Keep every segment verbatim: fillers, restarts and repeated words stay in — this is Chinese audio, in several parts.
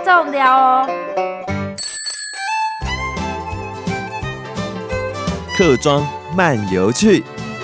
众聊哦。 客庄漫游去。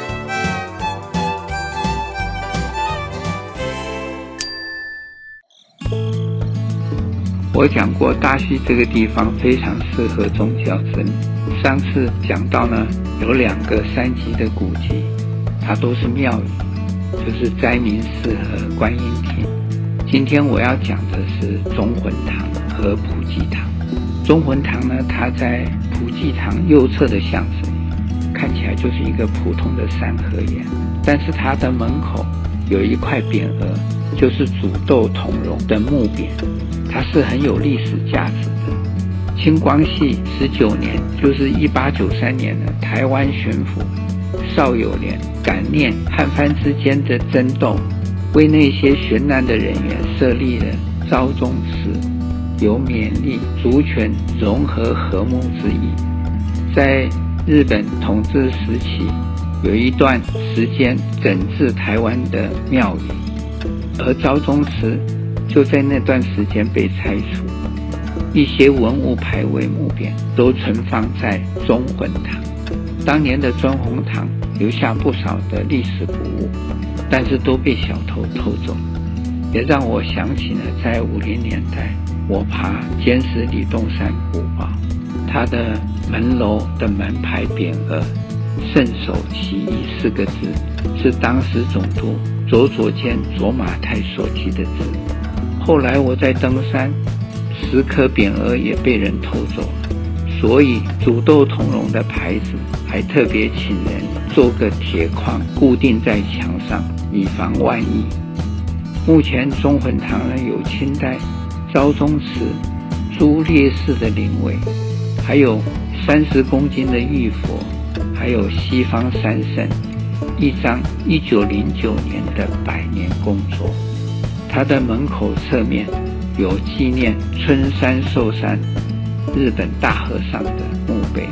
我讲过大溪这个地方非常适合宗教森林。上次讲到呢，有两个三级的古迹，它都是庙宇，就是斋明寺和观音亭。今天我要讲的是中魂堂和普济堂。中魂堂呢，它在普济堂右侧的巷子里，看起来就是一个普通的三合院，但是它的门口有一块匾额，就是煮豆同荣的木匾，它是很有历史价值的。清光绪十九年，就是一八九三年呢，台湾巡抚邵友莲感念汉藩之间的争斗，为那些殉难的人员设立了昭宗祠，有勉励族群融合和睦之意。在日本统治时期，有一段时间整治台湾的庙宇，而昭宗祠就在那段时间被拆除，一些文物牌位木匾都存放在中魂堂。当年的中魂堂留下不少的历史古物，但是都被小偷偷走，也让我想起了在五零年代我爬尖石李洞山古堡，它的门楼的门牌匾额圣手其义四个字，是当时总督佐佐间卓马太所题的字。后来我在登山，十颗匾额也被人偷走了，所以煮豆同荣的牌子还特别请人做个铁框固定在墙上，以防万一。目前中魂堂呢，有清代昭宗祠朱烈士的灵位，还有三十公斤的玉佛，还有西方三圣，一张一九零九年的百年工作。它的门口侧面有纪念春山寿山日本大和尚的墓碑。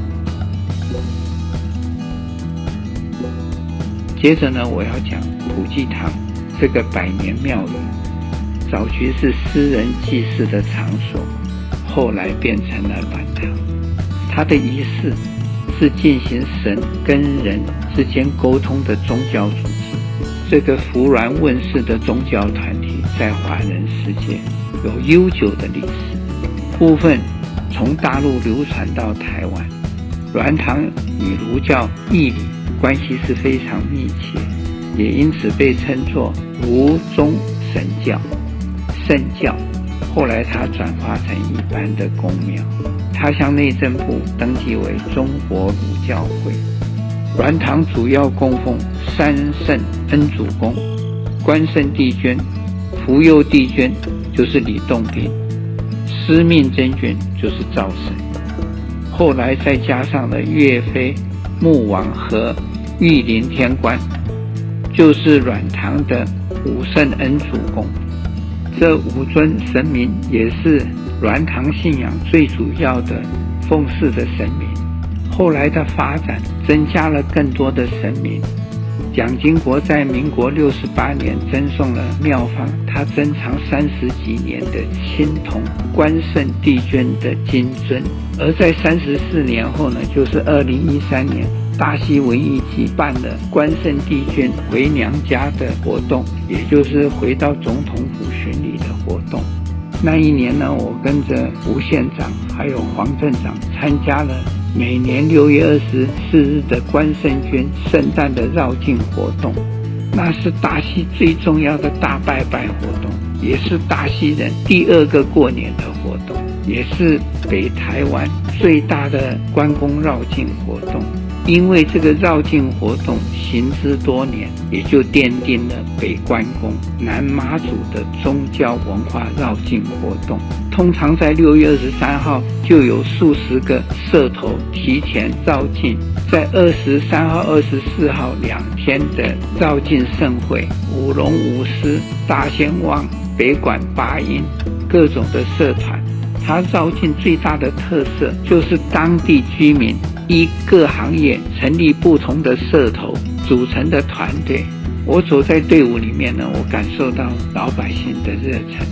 接着呢，我要讲普济堂这个百年庙宇，早期是私人祭祀的场所，后来变成了软堂。它的仪式是进行神跟人之间沟通的宗教组织。这个扶鸾问世的宗教团体在华人世界有悠久的历史，部分从大陆流传到台湾。鸾堂与儒教义理关系是非常密切，也因此被称作儒宗神教、圣教。后来它转化成一般的公庙，它向内政部登记为中国儒教会。鸾堂主要供奉三圣恩主公、关圣帝君、福佑帝君就是李洞宾、司命真君就是赵神，后来再加上了岳飞、穆王和玉林天官，就是鸾堂的五圣恩主公。这五尊神明也是鸾堂信仰最主要的奉祀的神明。后来的发展增加了更多的神明。蒋经国在民国六十八年赠送了庙方他珍藏三十几年的青铜关圣帝君的金尊。而在三十四年后呢，就是二零一三年，大溪文艺季办了关圣帝君回娘家的活动，也就是回到总统府巡礼的活动。那一年呢，我跟着吴县长还有黄镇长参加了每年六月二十四日的关圣君圣诞的绕境活动。那是大溪最重要的大拜拜活动，也是大溪人第二个过年的活动，也是北台湾最大的关公绕境活动。因为这个绕境活动行之多年，也就奠定了北关公、南马祖的宗教文化绕境活动。通常在六月二十三号就有数十个社头提前绕境，在二十三号、二十四号两天的绕境盛会，舞龙舞狮、大仙望、北管八音各种的社团。它绕境最大的特色就是当地居民依各行业成立不同的社头组成的团队。我走在队伍里面呢，我感受到老百姓的热忱，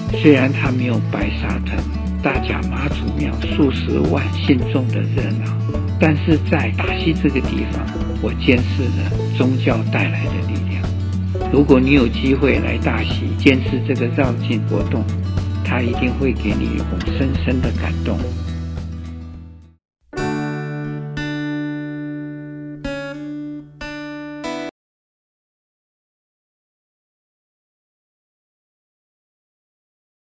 虽然它没有白沙屯、大甲妈祖庙数十万信众的热闹，但是在大溪这个地方，我见识了宗教带来的力量。如果你有机会来大溪见识这个绕境活动，它一定会给你一种深深的感动。